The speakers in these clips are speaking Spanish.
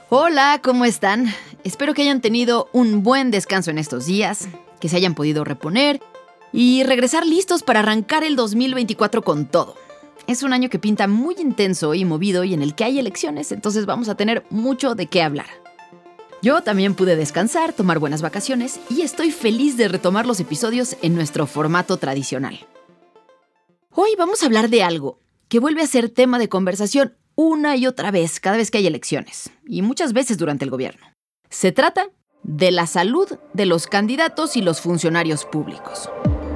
Hola, ¿cómo están? Espero que hayan tenido un buen descanso en estos días, que se hayan podido reponer y regresar listos para arrancar el 2024 con todo. Es un año que pinta muy intenso y movido y en el que hay elecciones, entonces vamos a tener mucho de qué hablar. Yo también pude descansar, tomar buenas vacaciones y estoy feliz de retomar los episodios en nuestro formato tradicional. Hoy vamos a hablar de algo que vuelve a ser tema de conversación una y otra vez cada vez que hay elecciones, y muchas veces durante el gobierno. Se trata de la salud de los candidatos y los funcionarios públicos.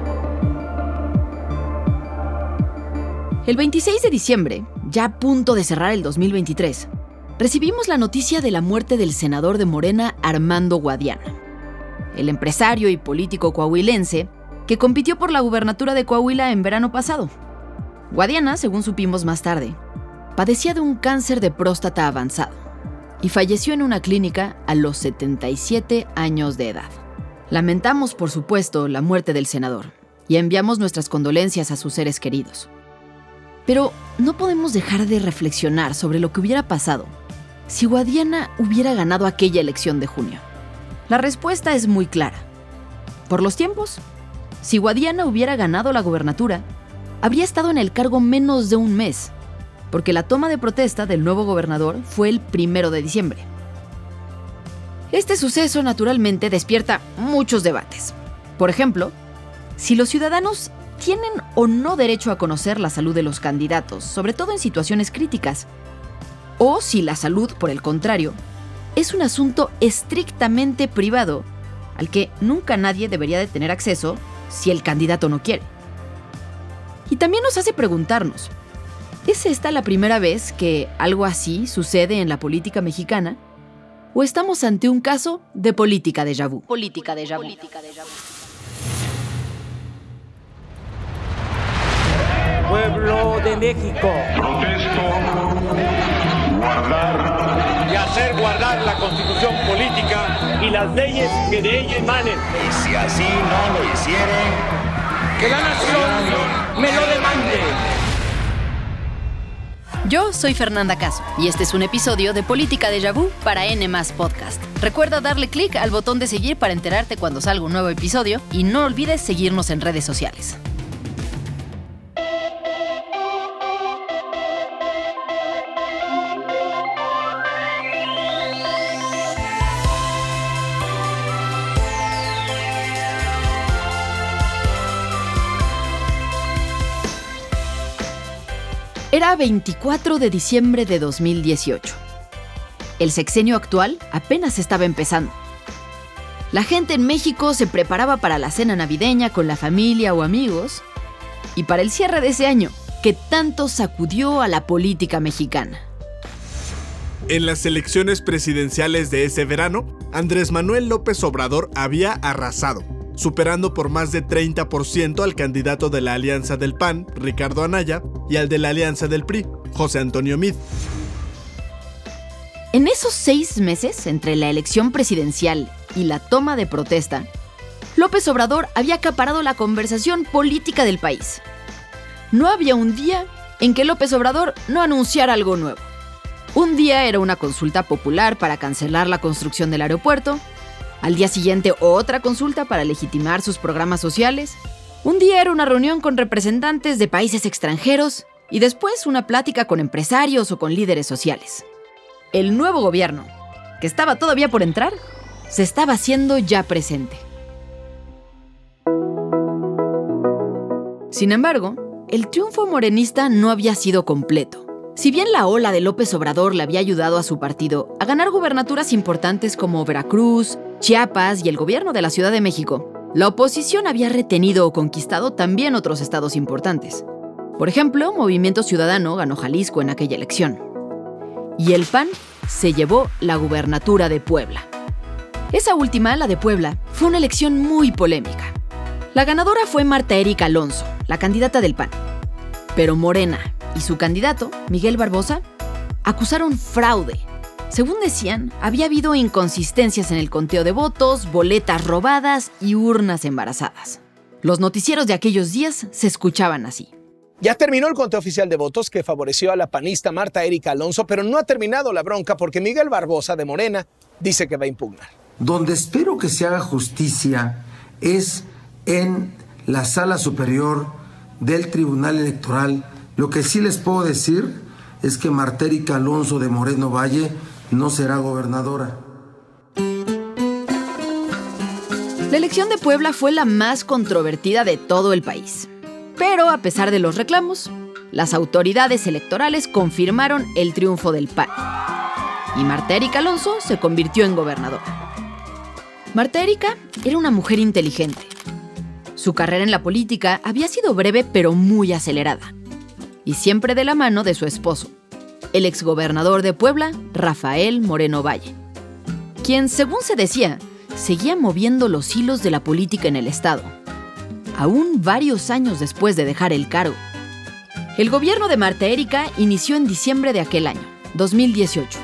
El 26 de diciembre, ya a punto de cerrar el 2023, recibimos la noticia de la muerte del senador de Morena, Armando Guadiana, el empresario y político coahuilense que compitió por la gubernatura de Coahuila en verano pasado. Guadiana, según supimos más tarde, padecía de un cáncer de próstata avanzado y falleció en una clínica a los 77 años de edad. Lamentamos, por supuesto, la muerte del senador y enviamos nuestras condolencias a sus seres queridos. Pero no podemos dejar de reflexionar sobre lo que hubiera pasado si Guadiana hubiera ganado aquella elección de junio. La respuesta es muy clara. Por los tiempos, si Guadiana hubiera ganado la gubernatura, habría estado en el cargo menos de un mes, porque la toma de protesta del nuevo gobernador fue el 1 de diciembre. Este suceso naturalmente despierta muchos debates. Por ejemplo, si los ciudadanos tienen o no derecho a conocer la salud de los candidatos, sobre todo en situaciones críticas, o si la salud, por el contrario, es un asunto estrictamente privado al que nunca nadie debería de tener acceso si el candidato no quiere. Y también nos hace preguntarnos, ¿es esta la primera vez que algo así sucede en la política mexicana? ¿O estamos ante un caso de política déjà vu? Política déjà vu. Pueblo de México. Protesto guardar Y hacer guardar la Constitución política y las leyes que de ella emanen. Y si así no lo hicieren, Que la nación me lo demande. Yo soy Fernanda Caso y este es un episodio de Política Déjà Vu para N+ Podcast. Recuerda darle clic al botón de seguir para enterarte cuando salga un nuevo episodio y no olvides seguirnos en redes sociales. Era 24 de diciembre de 2018. El sexenio actual apenas estaba empezando. La gente en México se preparaba para la cena navideña con la familia o amigos y para el cierre de ese año, que tanto sacudió a la política mexicana. En las elecciones presidenciales de ese verano, Andrés Manuel López Obrador había arrasado, superando por más de 30% al candidato de la Alianza del PAN, Ricardo Anaya, y al de la Alianza del PRI, José Antonio Meade. En esos 6 meses, entre la elección presidencial y la toma de protesta, López Obrador había acaparado la conversación política del país. No había un día en que López Obrador no anunciara algo nuevo. Un día era una consulta popular para cancelar la construcción del aeropuerto, al día siguiente otra consulta para legitimar sus programas sociales, un día era una reunión con representantes de países extranjeros y después una plática con empresarios o con líderes sociales. El nuevo gobierno, que estaba todavía por entrar, se estaba haciendo ya presente. Sin embargo, el triunfo morenista no había sido completo. Si bien la ola de López Obrador le había ayudado a su partido a ganar gubernaturas importantes como Veracruz, Chiapas y el gobierno de la Ciudad de México, la oposición había retenido o conquistado también otros estados importantes. Por ejemplo, Movimiento Ciudadano ganó Jalisco en aquella elección. Y el PAN se llevó la gubernatura de Puebla. Esa última, la de Puebla, fue una elección muy polémica. La ganadora fue Marta Erika Alonso, la candidata del PAN. Pero Morena y su candidato, Miguel Barbosa, acusaron fraude. Según decían, había habido inconsistencias en el conteo de votos, boletas robadas y urnas embarazadas. Los noticieros de aquellos días se escuchaban así. Ya terminó el conteo oficial de votos que favoreció a la panista Marta Erika Alonso, pero no ha terminado la bronca porque Miguel Barbosa de Morena dice que va a impugnar. Donde espero que se haga justicia es en la Sala Superior del Tribunal Electoral. Lo que sí les puedo decir es que Marta Erika Alonso de Moreno Valle no será gobernadora. La elección de Puebla fue la más controvertida de todo el país. Pero a pesar de los reclamos, las autoridades electorales confirmaron el triunfo del PAN. Y Marta Erika Alonso se convirtió en gobernadora. Marta Erika era una mujer inteligente. Su carrera en la política había sido breve pero muy acelerada. Y siempre de la mano de su esposo, el exgobernador de Puebla, Rafael Moreno Valle, quien, según se decía, seguía moviendo los hilos de la política en el estado, aún varios años después de dejar el cargo. El gobierno de Marta Erika inició en diciembre de aquel año, 2018.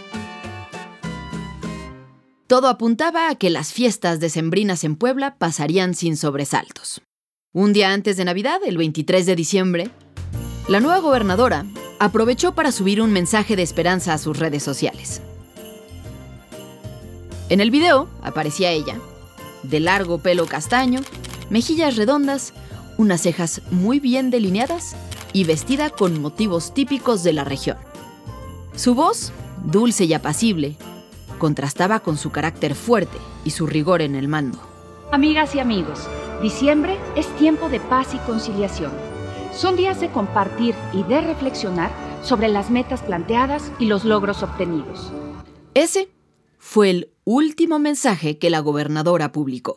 Todo apuntaba a que las fiestas decembrinas en Puebla pasarían sin sobresaltos. Un día antes de Navidad, el 23 de diciembre, la nueva gobernadora aprovechó para subir un mensaje de esperanza a sus redes sociales. En el video aparecía ella, de largo pelo castaño, mejillas redondas, unas cejas muy bien delineadas y vestida con motivos típicos de la región. Su voz, dulce y apacible, contrastaba con su carácter fuerte y su rigor en el mando. Amigas y amigos, diciembre es tiempo de paz y conciliación. Son días de compartir y de reflexionar sobre las metas planteadas y los logros obtenidos. Ese fue el último mensaje que la gobernadora publicó.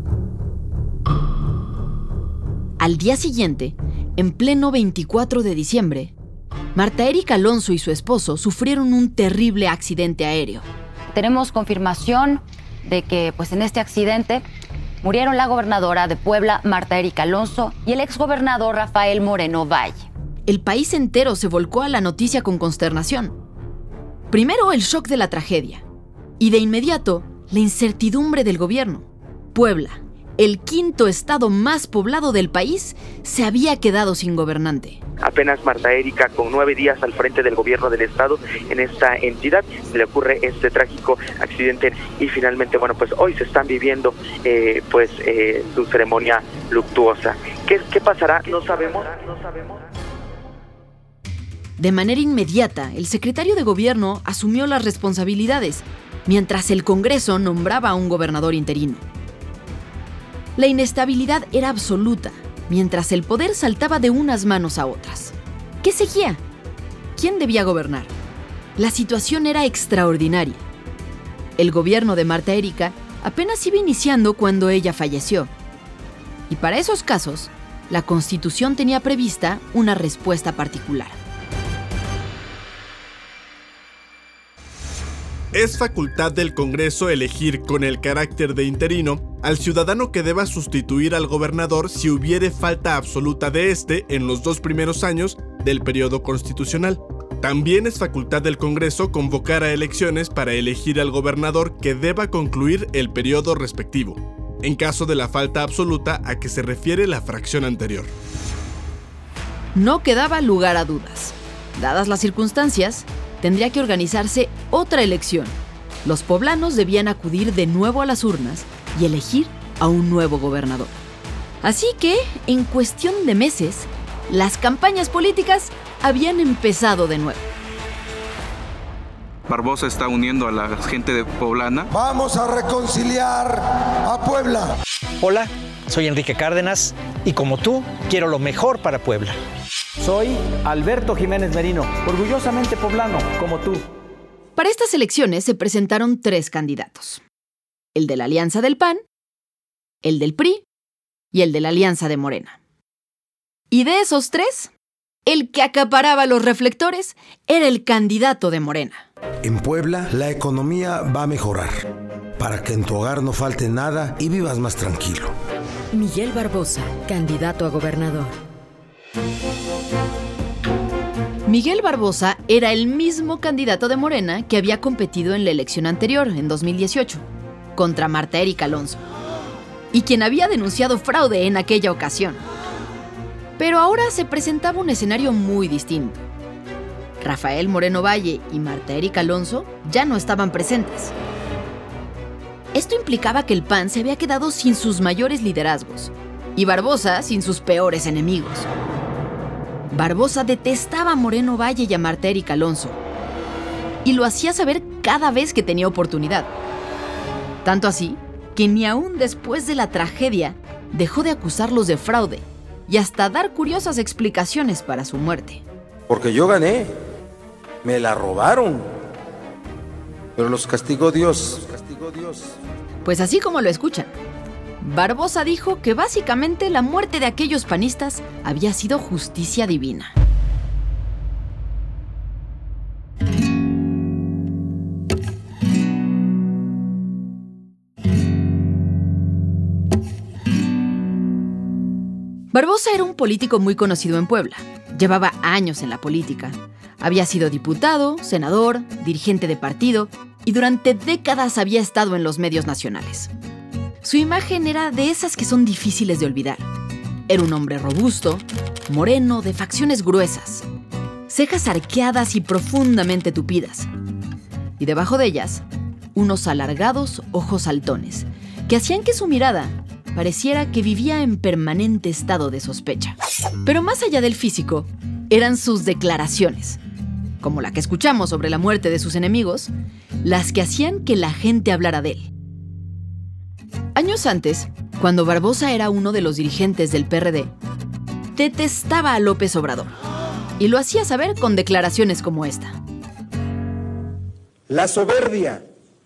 Al día siguiente, en pleno 24 de diciembre, Marta Erika Alonso y su esposo sufrieron un terrible accidente aéreo. Tenemos confirmación de que en este accidente murieron la gobernadora de Puebla, Marta Erika Alonso, y el exgobernador Rafael Moreno Valle. El país entero se volcó a la noticia con consternación. Primero el shock de la tragedia, y de inmediato la incertidumbre del gobierno. Puebla, el quinto estado más poblado del país, se había quedado sin gobernante. Apenas Marta Erika, con 9 días al frente del gobierno del estado en esta entidad, se le ocurre este trágico accidente y finalmente, hoy se están viviendo su ceremonia luctuosa. ¿Qué pasará? No sabemos. De manera inmediata, el secretario de gobierno asumió las responsabilidades, mientras el Congreso nombraba a un gobernador interino. La inestabilidad era absoluta, mientras el poder saltaba de unas manos a otras. ¿Qué seguía? ¿Quién debía gobernar? La situación era extraordinaria. El gobierno de Marta Erika apenas iba iniciando cuando ella falleció. Y para esos casos, la Constitución tenía prevista una respuesta particular. Es facultad del Congreso elegir con el carácter de interino al ciudadano que deba sustituir al gobernador si hubiere falta absoluta de este en los 2 primeros años del periodo constitucional. También es facultad del Congreso convocar a elecciones para elegir al gobernador que deba concluir el periodo respectivo, en caso de la falta absoluta a que se refiere la fracción anterior. No quedaba lugar a dudas. Dadas las circunstancias, tendría que organizarse otra elección. Los poblanos debían acudir de nuevo a las urnas y elegir a un nuevo gobernador. Así que, en cuestión de meses, las campañas políticas habían empezado de nuevo. Barbosa está uniendo a la gente de poblana. Vamos a reconciliar a Puebla. Hola, soy Enrique Cárdenas y como tú, quiero lo mejor para Puebla. Soy Alberto Jiménez Merino, orgullosamente poblano, como tú. Para estas elecciones se presentaron 3 candidatos. El de la Alianza del PAN, el del PRI y el de la Alianza de Morena. Y de esos 3, el que acaparaba los reflectores era el candidato de Morena. En Puebla, la economía va a mejorar, para que en tu hogar no falte nada y vivas más tranquilo. Miguel Barbosa, candidato a gobernador. Miguel Barbosa era el mismo candidato de Morena que había competido en la elección anterior, en 2018, contra Marta Erika Alonso, y quien había denunciado fraude en aquella ocasión. Pero ahora se presentaba un escenario muy distinto. Rafael Moreno Valle y Marta Erika Alonso ya no estaban presentes. Esto implicaba que el PAN se había quedado sin sus mayores liderazgos y Barbosa sin sus peores enemigos. Barbosa detestaba a Moreno Valle y a Marta Erika Alonso y lo hacía saber cada vez que tenía oportunidad. Tanto así que ni aún después de la tragedia dejó de acusarlos de fraude y hasta dar curiosas explicaciones para su muerte. Porque yo gané, me la robaron, pero los castigó Dios. Pues así como lo escuchan, Barbosa dijo que básicamente la muerte de aquellos panistas había sido justicia divina. Barbosa era un político muy conocido en Puebla. Llevaba años en la política. Había sido diputado, senador, dirigente de partido y durante décadas había estado en los medios nacionales. Su imagen era de esas que son difíciles de olvidar. Era un hombre robusto, moreno, de facciones gruesas, cejas arqueadas y profundamente tupidas. Y debajo de ellas, unos alargados ojos saltones, que hacían que su mirada pareciera que vivía en permanente estado de sospecha. Pero más allá del físico, eran sus declaraciones, como la que escuchamos sobre la muerte de sus enemigos, las que hacían que la gente hablara de él. Años antes, cuando Barbosa era uno de los dirigentes del PRD, detestaba a López Obrador y lo hacía saber con declaraciones como esta. La soberbia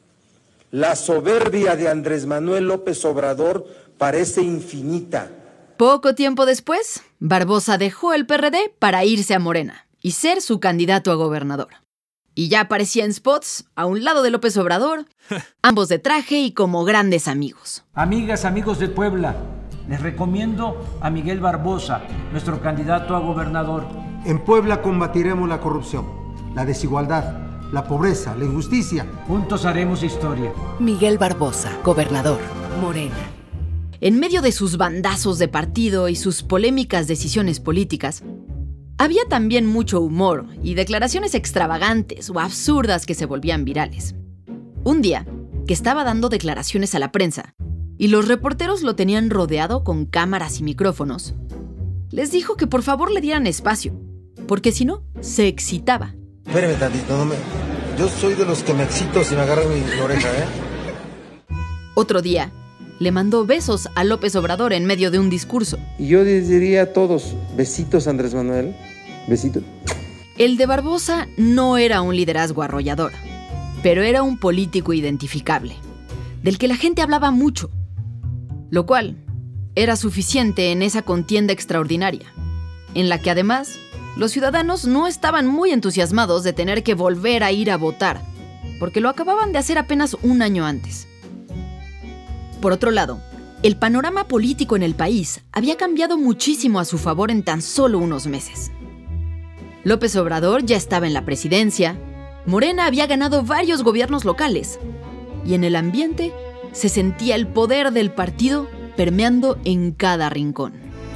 de Andrés Manuel López Obrador parece infinita. Poco tiempo después, Barbosa dejó el PRD para irse a Morena y ser su candidato a gobernador. Y ya aparecía en spots a un lado de López Obrador, ambos de traje y como grandes amigos. Amigas, amigos de Puebla, les recomiendo a Miguel Barbosa, nuestro candidato a gobernador. En Puebla combatiremos la corrupción, la desigualdad, la pobreza, la injusticia. Juntos haremos historia. Miguel Barbosa, gobernador, Morena. En medio de sus bandazos de partido y sus polémicas decisiones políticas, había también mucho humor y declaraciones extravagantes o absurdas que se volvían virales. Un día, que estaba dando declaraciones a la prensa y los reporteros lo tenían rodeado con cámaras y micrófonos, les dijo que por favor le dieran espacio, porque si no, se excitaba. Espérame tantito, yo soy de los que me excito si me agarran mi oreja, ¿eh? Otro día, le mandó besos a López Obrador en medio de un discurso. Y yo les diría a todos, besitos Andrés Manuel, besitos. El de Barbosa no era un liderazgo arrollador, pero era un político identificable, del que la gente hablaba mucho, lo cual era suficiente en esa contienda extraordinaria, en la que además los ciudadanos no estaban muy entusiasmados de tener que volver a ir a votar, porque lo acababan de hacer apenas un año antes. Por otro lado, el panorama político en el país había cambiado muchísimo a su favor en tan solo unos meses. López Obrador ya estaba en la presidencia, Morena había ganado varios gobiernos locales, y en el ambiente se sentía el poder del partido permeando en cada rincón.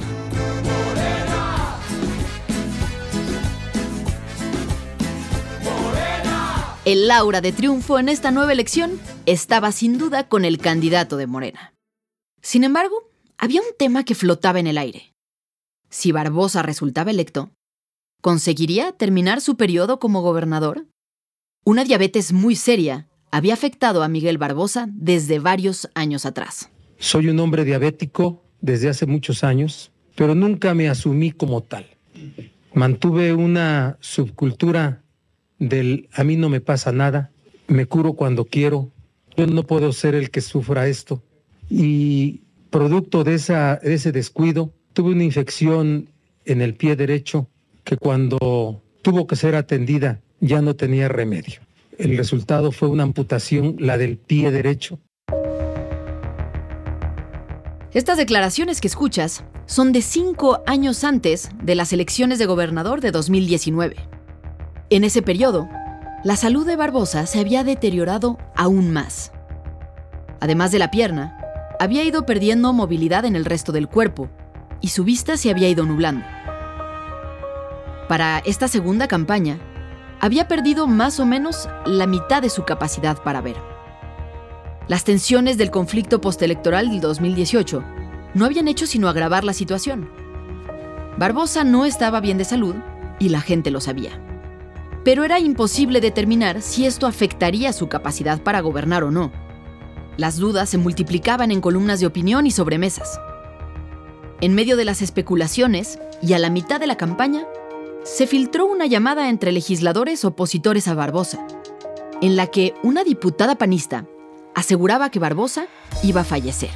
El aura de triunfo en esta nueva elección estaba sin duda con el candidato de Morena. Sin embargo, había un tema que flotaba en el aire. Si Barbosa resultaba electo, ¿conseguiría terminar su periodo como gobernador? Una diabetes muy seria había afectado a Miguel Barbosa desde varios años atrás. Soy un hombre diabético desde hace muchos años, pero nunca me asumí como tal. Mantuve una subcultura del a mí no me pasa nada, me curo cuando quiero, yo no puedo ser el que sufra esto. Y producto de ese descuido, tuve una infección en el pie derecho que cuando tuvo que ser atendida ya no tenía remedio. El resultado fue una amputación, la del pie derecho. Estas declaraciones que escuchas son de 5 años antes de las elecciones de gobernador de 2019. En ese periodo, la salud de Barbosa se había deteriorado aún más. Además de la pierna, había ido perdiendo movilidad en el resto del cuerpo y su vista se había ido nublando. Para esta segunda campaña, había perdido más o menos la mitad de su capacidad para ver. Las tensiones del conflicto postelectoral del 2018 no habían hecho sino agravar la situación. Barbosa no estaba bien de salud y la gente lo sabía. Pero era imposible determinar si esto afectaría su capacidad para gobernar o no. Las dudas se multiplicaban en columnas de opinión y sobremesas. En medio de las especulaciones y a la mitad de la campaña, se filtró una llamada entre legisladores opositores a Barbosa, en la que una diputada panista aseguraba que Barbosa iba a fallecer.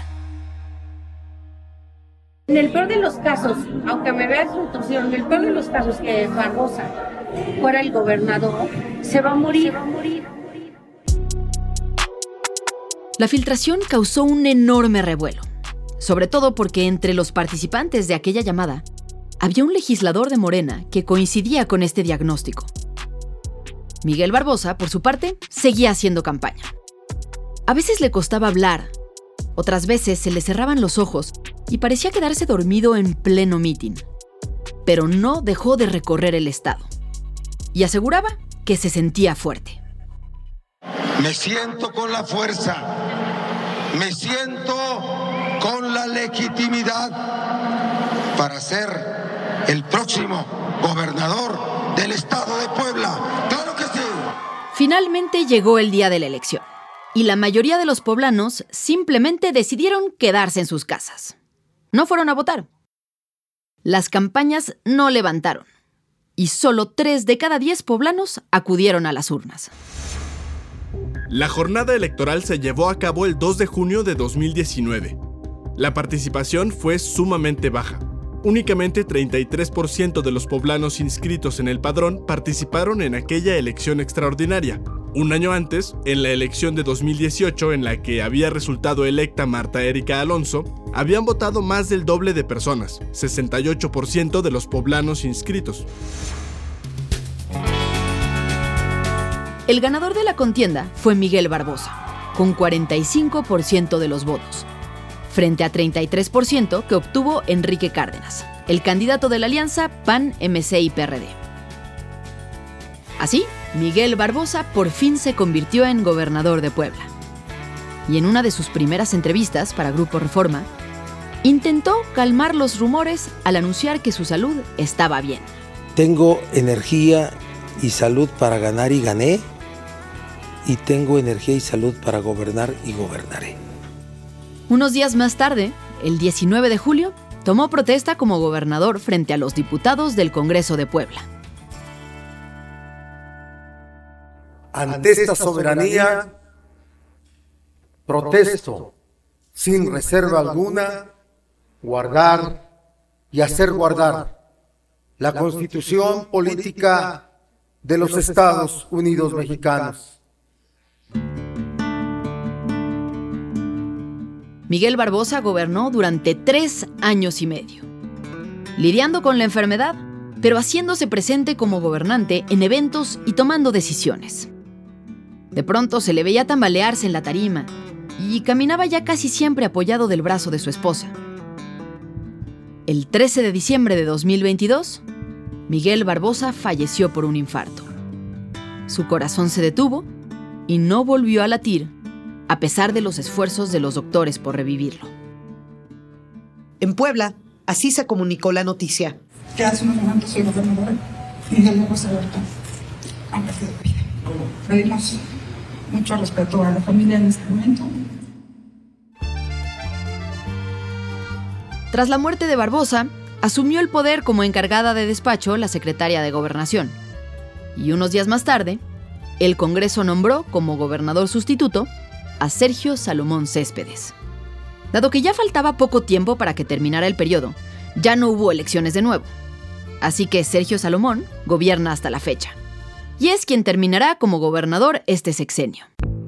En el peor de los casos, aunque me veas retorcido, en el peor de los casos que Barbosa fuera el gobernador, se va a morir. La filtración causó un enorme revuelo, sobre todo porque entre los participantes de aquella llamada había un legislador de Morena que coincidía con este diagnóstico. Miguel Barbosa, por su parte, seguía haciendo campaña. A veces le costaba hablar, otras veces se le cerraban los ojos y parecía quedarse dormido en pleno mitin. Pero no dejó de recorrer el estado y aseguraba que se sentía fuerte. Me siento con la fuerza, me siento con la legitimidad para ser el próximo gobernador del estado de Puebla. ¡Claro que sí! Finalmente llegó el día de la elección y la mayoría de los poblanos simplemente decidieron quedarse en sus casas. No fueron a votar. Las campañas no levantaron y solo 3 de cada 10 poblanos acudieron a las urnas. La jornada electoral se llevó a cabo el 2 de junio de 2019. La participación fue sumamente baja. Únicamente 33% de los poblanos inscritos en el padrón participaron en aquella elección extraordinaria. Un año antes, en la elección de 2018 en la que había resultado electa Marta Erika Alonso, habían votado más del doble de personas, 68% de los poblanos inscritos. El ganador de la contienda fue Miguel Barbosa, con 45% de los votos, frente a 33% que obtuvo Enrique Cárdenas, el candidato de la alianza PAN, MC y PRD. Así, Miguel Barbosa por fin se convirtió en gobernador de Puebla. Y en una de sus primeras entrevistas para Grupo Reforma, intentó calmar los rumores al anunciar que su salud estaba bien. Tengo energía y salud para ganar y gané, y tengo energía y salud para gobernar y gobernaré. Unos días más tarde, el 19 de julio, tomó protesta como gobernador frente a los diputados del Congreso de Puebla. Ante esta soberanía, protesto, sin reserva alguna, guardar y hacer guardar la Constitución política de los Estados Unidos Mexicanos. Miguel Barbosa gobernó durante 3 años y medio, lidiando con la enfermedad, pero haciéndose presente como gobernante en eventos y tomando decisiones. De pronto se le veía tambalearse en la tarima y caminaba ya casi siempre apoyado del brazo de su esposa. El 13 de diciembre de 2022, Miguel Barbosa falleció por un infarto. Su corazón se detuvo y no volvió a latir, a pesar de los esfuerzos de los doctores por revivirlo. En Puebla, así se comunicó la noticia. Que hace unos momentos soy gobernadora Miguel Barbosa Huerta ha perdido vida. Pedimos mucho respeto a la familia en este momento. Tras la muerte de Barbosa, asumió el poder como encargada de despacho la secretaria de Gobernación. Y unos días más tarde, el Congreso nombró como gobernador sustituto a Sergio Salomón Céspedes. Dado que ya faltaba poco tiempo para que terminara el periodo, ya no hubo elecciones de nuevo. Así que Sergio Salomón gobierna hasta la fecha. Y es quien terminará como gobernador este sexenio.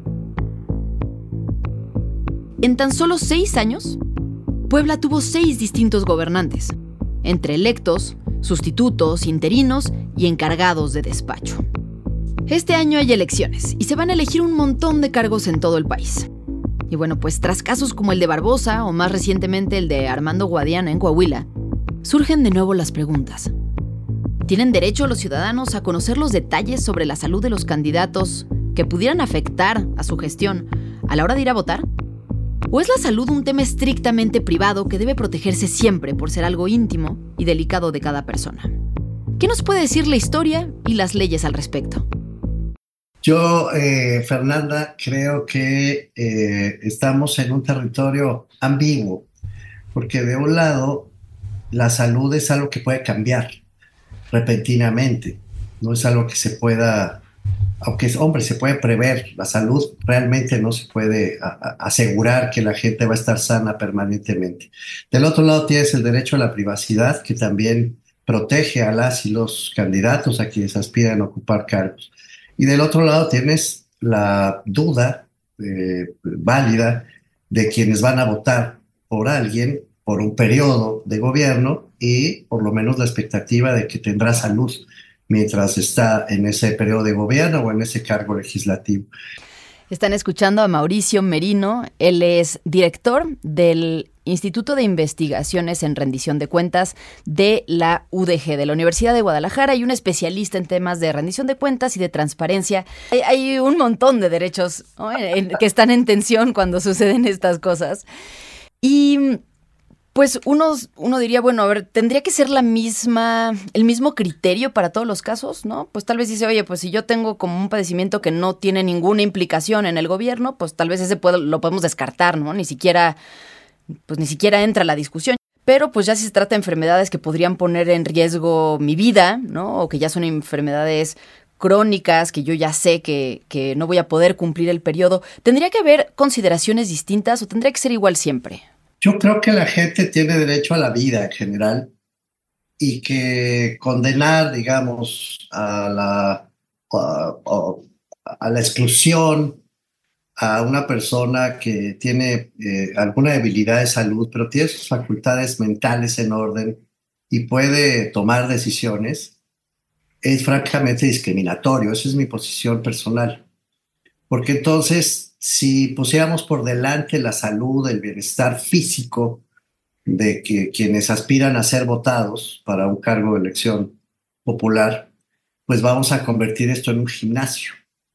En tan solo 6 años, Puebla tuvo 6 distintos gobernantes, entre electos, sustitutos, interinos y encargados de despacho. Este año hay elecciones y se van a elegir un montón de cargos en todo el país. Y bueno, pues tras casos como el de Barbosa o más recientemente el de Armando Guadiana en Coahuila, surgen de nuevo las preguntas. ¿Tienen derecho los ciudadanos a conocer los detalles sobre la salud de los candidatos que pudieran afectar a su gestión a la hora de ir a votar? ¿O es la salud un tema estrictamente privado que debe protegerse siempre por ser algo íntimo y delicado de cada persona? ¿Qué nos puede decir la historia y las leyes al respecto? Yo, Fernanda, creo que estamos en un territorio ambiguo, porque de un lado, la salud es algo que puede cambiar repentinamente, no es algo que se pueda, aunque se puede prever. La salud realmente no se puede asegurar que la gente va a estar sana permanentemente. Del otro lado tienes el derecho a la privacidad, que también protege a las y los candidatos a quienes aspiran a ocupar cargos. Y del otro lado tienes la duda válida de quienes van a votar por alguien por un periodo de gobierno y por lo menos la expectativa de que tendrá salud mientras está en ese periodo de gobierno o en ese cargo legislativo. Están escuchando a Mauricio Merino. Él es director del Instituto de Investigaciones en Rendición de Cuentas de la UDG, de la Universidad de Guadalajara, y un especialista en temas de rendición de cuentas y de transparencia. Hay un montón de derechos, ¿no?, que están en tensión cuando suceden estas cosas. Y pues uno diría, bueno, a ver, ¿tendría que ser el mismo criterio para todos los casos, no? Pues tal vez dice, oye, pues si yo tengo como un padecimiento que no tiene ninguna implicación en el gobierno, pues tal vez ese lo podemos descartar, ¿no? Ni siquiera entra la discusión. Pero pues ya si se trata de enfermedades que podrían poner en riesgo mi vida, ¿no? O que ya son enfermedades crónicas, que yo ya sé que no voy a poder cumplir el periodo, ¿tendría que haber consideraciones distintas o tendría que ser igual siempre? Yo creo que la gente tiene derecho a la vida en general y que condenar, digamos, a la exclusión a una persona que tiene alguna debilidad de salud, pero tiene sus facultades mentales en orden y puede tomar decisiones, es francamente discriminatorio. Esa es mi posición personal. Porque entonces, si pusiéramos por delante la salud, el bienestar físico de quienes aspiran a ser votados para un cargo de elección popular, pues vamos a convertir esto en un gimnasio.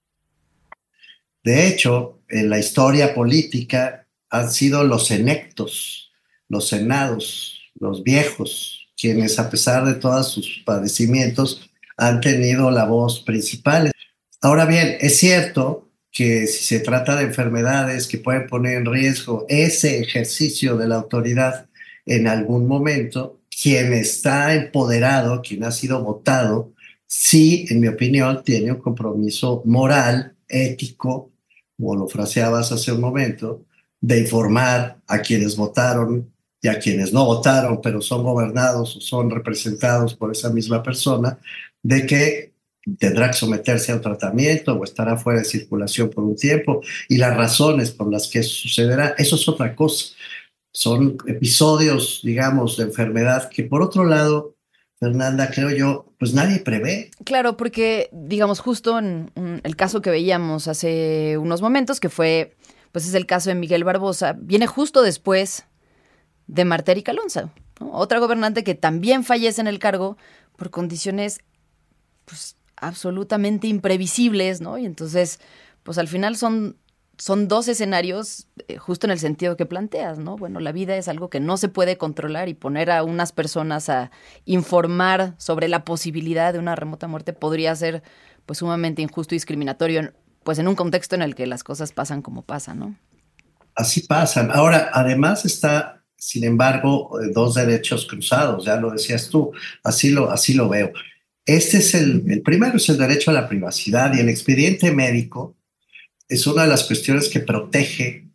De hecho, en la historia política han sido los electos, los senados, los viejos, quienes a pesar de todos sus padecimientos han tenido la voz principal. Ahora bien, es cierto que si se trata de enfermedades que pueden poner en riesgo ese ejercicio de la autoridad en algún momento, quien está empoderado, quien ha sido votado, sí, en mi opinión, tiene un compromiso moral, ético, como lo fraseabas hace un momento, de informar a quienes votaron y a quienes no votaron, pero son gobernados o son representados por esa misma persona, de que tendrá que someterse a un tratamiento o estará fuera de circulación por un tiempo, y las razones por las que eso sucederá, eso es otra cosa. Son episodios, digamos, de enfermedad que, por otro lado, Fernanda, creo yo, pues nadie prevé. Claro, porque, digamos, justo en el caso que veíamos hace unos momentos, que fue, pues es el caso de Miguel Barbosa, viene justo después de Marta Erika Alonso, ¿no? Otra gobernante que también fallece en el cargo por condiciones, pues, absolutamente imprevisibles, ¿no? Y entonces, pues al final son dos escenarios justo en el sentido que planteas, ¿no? Bueno, la vida es algo que no se puede controlar y poner a unas personas a informar sobre la posibilidad de una remota muerte podría ser pues sumamente injusto y discriminatorio, pues en un contexto en el que las cosas pasan como pasan, ¿no? Así pasan. Ahora, además está, sin embargo, dos derechos cruzados, ya lo decías tú, así lo veo. Este es el primero, es el derecho a la privacidad, y el expediente médico es una de las cuestiones que protege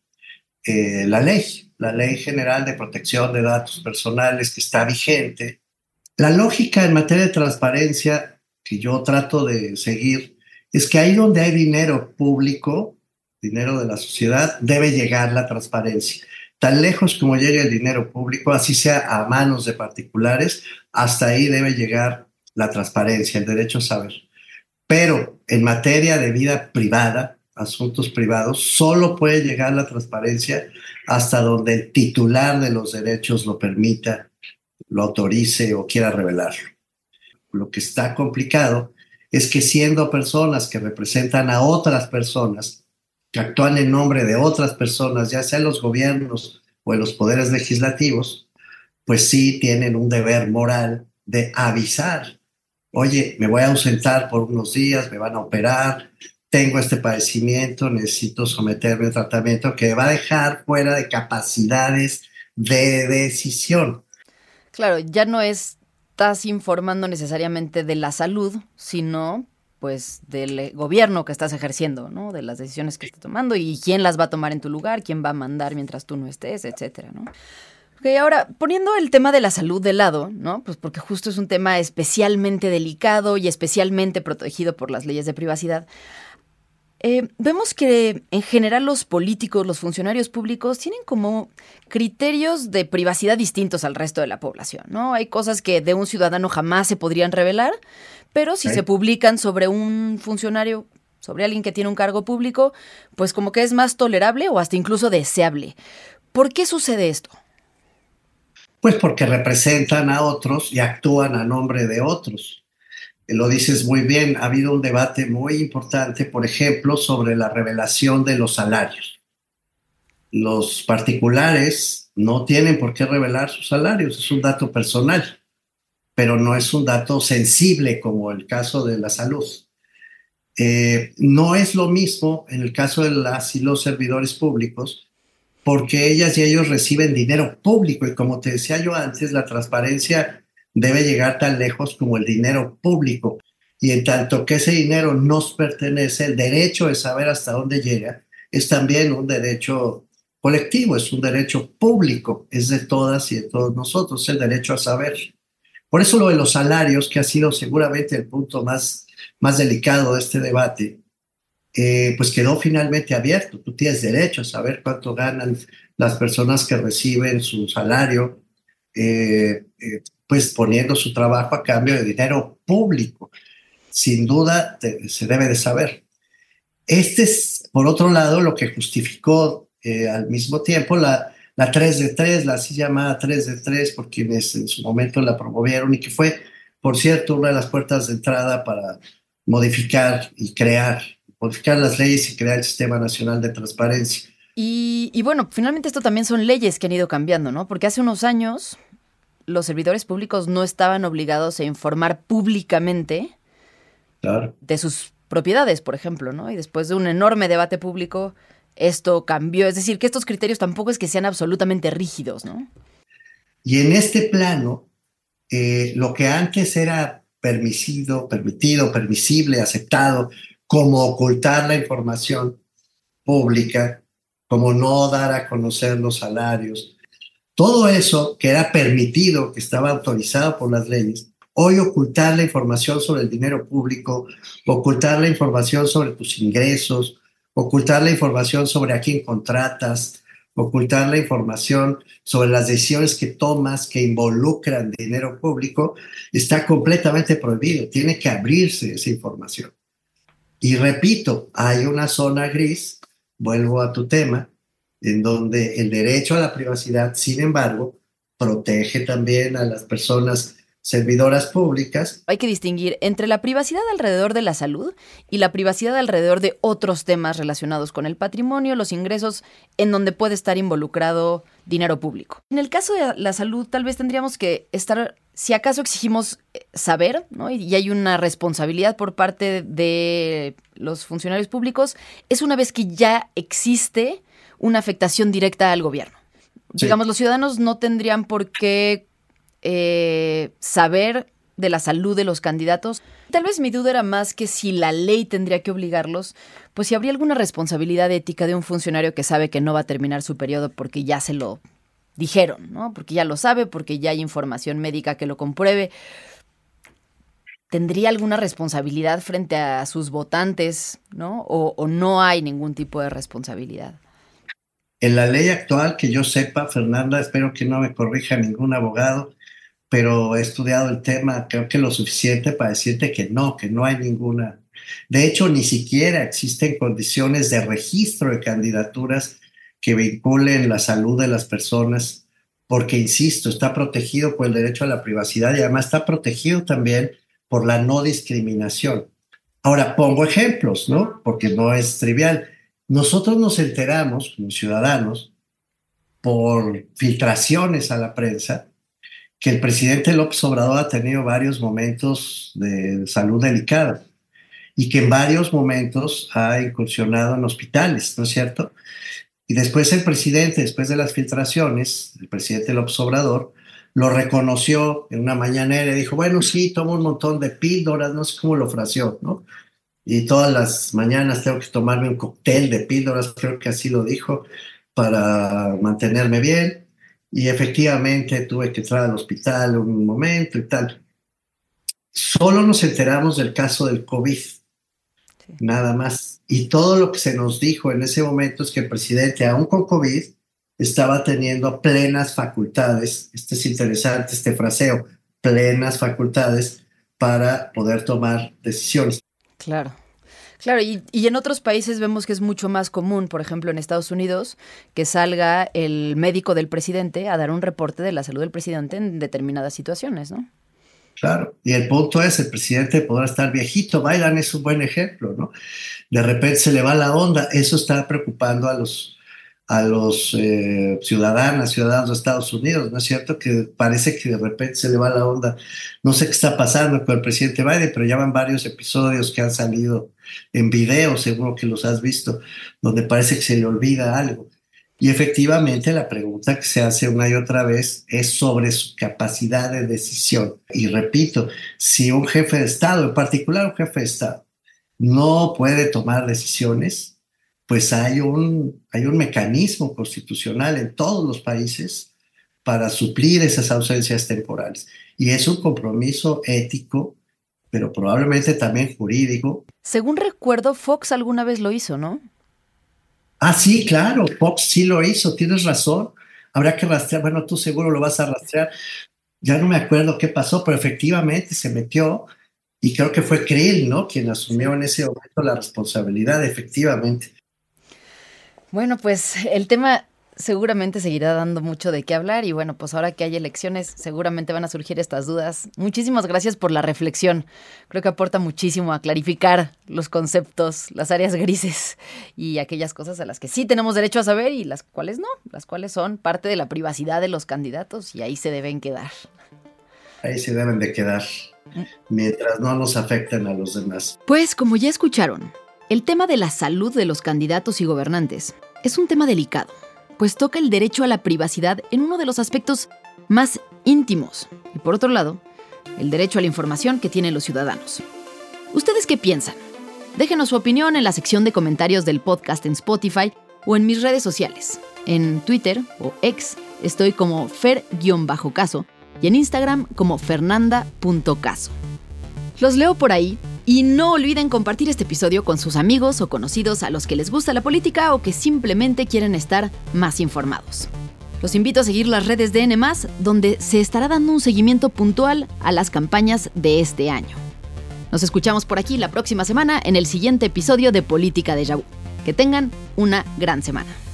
la Ley General de Protección de Datos Personales, que está vigente. La lógica en materia de transparencia que yo trato de seguir es que ahí donde hay dinero público, dinero de la sociedad, debe llegar la transparencia. Tan lejos como llegue el dinero público, así sea a manos de particulares, hasta ahí debe llegar la transparencia, el derecho a saber. Pero en materia de vida privada, asuntos privados, solo puede llegar la transparencia hasta donde el titular de los derechos lo permita lo autorice o quiera revelarlo. Lo que está complicado es que siendo personas que representan a otras personas, que actúan en nombre de otras personas, ya sea en los gobiernos o en los poderes legislativos, pues sí tienen un deber moral de avisar. Oye, me voy a ausentar por unos días, me van a operar, tengo este padecimiento, necesito someterme a tratamiento que va a dejar fuera de capacidades de decisión. Claro, ya no estás informando necesariamente de la salud, sino pues del gobierno que estás ejerciendo, ¿no? De las decisiones que estás tomando y quién las va a tomar en tu lugar, quién va a mandar mientras tú no estés, etcétera, ¿no? Ok, ahora, poniendo el tema de la salud de lado, ¿no? Pues porque justo es un tema especialmente delicado y especialmente protegido por las leyes de privacidad. Vemos que en general los políticos, los funcionarios públicos tienen como criterios de privacidad distintos al resto de la población, ¿no? Hay cosas que de un ciudadano jamás se podrían revelar, pero si se publican sobre un funcionario, sobre alguien que tiene un cargo público, pues como que es más tolerable o hasta incluso deseable. ¿Por qué sucede esto? Pues porque representan a otros y actúan a nombre de otros. Lo dices muy bien, ha habido un debate muy importante, por ejemplo, sobre la revelación de los salarios. Los particulares no tienen por qué revelar sus salarios, es un dato personal, pero no es un dato sensible como el caso de la salud. No es lo mismo en el caso de las y los servidores públicos, porque ellas y ellos reciben dinero público y como te decía yo antes, la transparencia debe llegar tan lejos como el dinero público. Y en tanto que ese dinero nos pertenece, el derecho de saber hasta dónde llega es también un derecho colectivo, es un derecho público, es de todas y de todos nosotros, el derecho a saber. Por eso lo de los salarios, que ha sido seguramente el punto más delicado de este debate, pues quedó finalmente abierto. Tú tienes derecho a saber cuánto ganan las personas que reciben su salario, pues poniendo su trabajo a cambio de dinero público. Sin duda se debe de saber. Este es, por otro lado, lo que justificó al mismo tiempo la 3 de 3, la así llamada 3 de 3, por quienes en su momento la promovieron y que fue, por cierto, una de las puertas de entrada para modificar las leyes y crear el Sistema Nacional de Transparencia. Y bueno, finalmente esto también son leyes que han ido cambiando, ¿no? Porque hace unos años los servidores públicos no estaban obligados a informar públicamente de sus propiedades, por ejemplo, ¿no? Y después de un enorme debate público, esto cambió. Es decir, que estos criterios tampoco es que sean absolutamente rígidos, ¿no? Y en este plano, lo que antes era permitido, permisible, aceptado, como ocultar la información pública, como no dar a conocer los salarios, todo eso que era permitido, que estaba autorizado por las leyes, hoy ocultar la información sobre el dinero público, ocultar la información sobre tus ingresos, ocultar la información sobre a quién contratas, ocultar la información sobre las decisiones que tomas que involucran dinero público, está completamente prohibido. Tiene que abrirse esa información. Y repito, hay una zona gris, vuelvo a tu tema, en donde el derecho a la privacidad, sin embargo, protege también a las personas servidoras públicas. Hay que distinguir entre la privacidad alrededor de la salud y la privacidad alrededor de otros temas relacionados con el patrimonio, los ingresos, en donde puede estar involucrado dinero público. En el caso de la salud, tal vez tendríamos que estar, si acaso exigimos saber, ¿no? Y hay una responsabilidad por parte de los funcionarios públicos, es una vez que ya existe una afectación directa al gobierno. Sí. Digamos, los ciudadanos no tendrían por qué saber de la salud de los candidatos. Tal vez mi duda era más que si la ley tendría que obligarlos, pues si habría alguna responsabilidad ética de un funcionario que sabe que no va a terminar su periodo porque ya se lo dijeron, ¿no? Porque ya lo sabe, porque ya hay información médica que lo compruebe. ¿Tendría alguna responsabilidad frente a sus votantes, ¿no? ¿O no hay ningún tipo de responsabilidad? En la ley actual, que yo sepa, Fernanda, espero que no me corrija ningún abogado, pero he estudiado el tema, creo que lo suficiente para decirte que no hay ninguna. De hecho, ni siquiera existen condiciones de registro de candidaturas que vinculen la salud de las personas porque, insisto, está protegido por el derecho a la privacidad y además está protegido también por la no discriminación. Ahora, pongo ejemplos, ¿no? Porque no es trivial. Nosotros nos enteramos, como ciudadanos, por filtraciones a la prensa, que el presidente López Obrador ha tenido varios momentos de salud delicada y que en varios momentos ha incursionado en hospitales, ¿no es cierto? Y después el presidente, después de las filtraciones, el presidente López Obrador lo reconoció en una mañanera y dijo, bueno, sí, tomo un montón de píldoras, no sé cómo lo fraseó, ¿no? Y todas las mañanas tengo que tomarme un cóctel de píldoras, creo que así lo dijo, para mantenerme bien. Y efectivamente tuve que entrar al hospital un momento y tal. Solo nos enteramos del caso del COVID, nada más. Y todo lo que se nos dijo en ese momento es que el presidente, aún con COVID, estaba teniendo plenas facultades, este es interesante, este fraseo, plenas facultades para poder tomar decisiones. Claro. Claro, y en otros países vemos que es mucho más común, por ejemplo en Estados Unidos, que salga el médico del presidente a dar un reporte de la salud del presidente en determinadas situaciones, ¿no? Claro, y el punto es, el presidente podrá estar viejito, Biden es un buen ejemplo, ¿no? De repente se le va la onda, eso está preocupando a los ciudadanos de Estados Unidos, ¿no es cierto? Que parece que de repente se le va la onda. No sé qué está pasando con el presidente Biden, pero ya van varios episodios que han salido en video, seguro que los has visto, donde parece que se le olvida algo. Y efectivamente la pregunta que se hace una y otra vez es sobre su capacidad de decisión. Y repito, si un jefe de Estado, en particular un jefe de Estado, no puede tomar decisiones, pues hay un mecanismo constitucional en todos los países para suplir esas ausencias temporales. Y es un compromiso ético, pero probablemente también jurídico. Según recuerdo, Fox alguna vez lo hizo, ¿no? Ah, sí, claro, Fox sí lo hizo, tienes razón. Habrá que rastrear, bueno, tú seguro lo vas a rastrear. Ya no me acuerdo qué pasó, pero efectivamente se metió y creo que fue Krill, ¿no? Quien asumió en ese momento la responsabilidad, efectivamente. Bueno, pues el tema seguramente seguirá dando mucho de qué hablar y bueno, pues ahora que hay elecciones seguramente van a surgir estas dudas. Muchísimas gracias por la reflexión. Creo que aporta muchísimo a clarificar los conceptos, las áreas grises y aquellas cosas a las que sí tenemos derecho a saber y las cuales no, las cuales son parte de la privacidad de los candidatos y ahí se deben quedar. Ahí se deben de quedar, mientras no nos afecten a los demás. Pues como ya escucharon, el tema de la salud de los candidatos y gobernantes es un tema delicado, pues toca el derecho a la privacidad en uno de los aspectos más íntimos y, por otro lado, el derecho a la información que tienen los ciudadanos. ¿Ustedes qué piensan? Déjenos su opinión en la sección de comentarios del podcast en Spotify o en mis redes sociales. En Twitter o X estoy como fer_caso y en Instagram como fernanda.caso. Los leo por ahí. Y no olviden compartir este episodio con sus amigos o conocidos a los que les gusta la política o que simplemente quieren estar más informados. Los invito a seguir las redes de N+, donde se estará dando un seguimiento puntual a las campañas de este año. Nos escuchamos por aquí la próxima semana en el siguiente episodio de Política Déjà Vu. Que tengan una gran semana.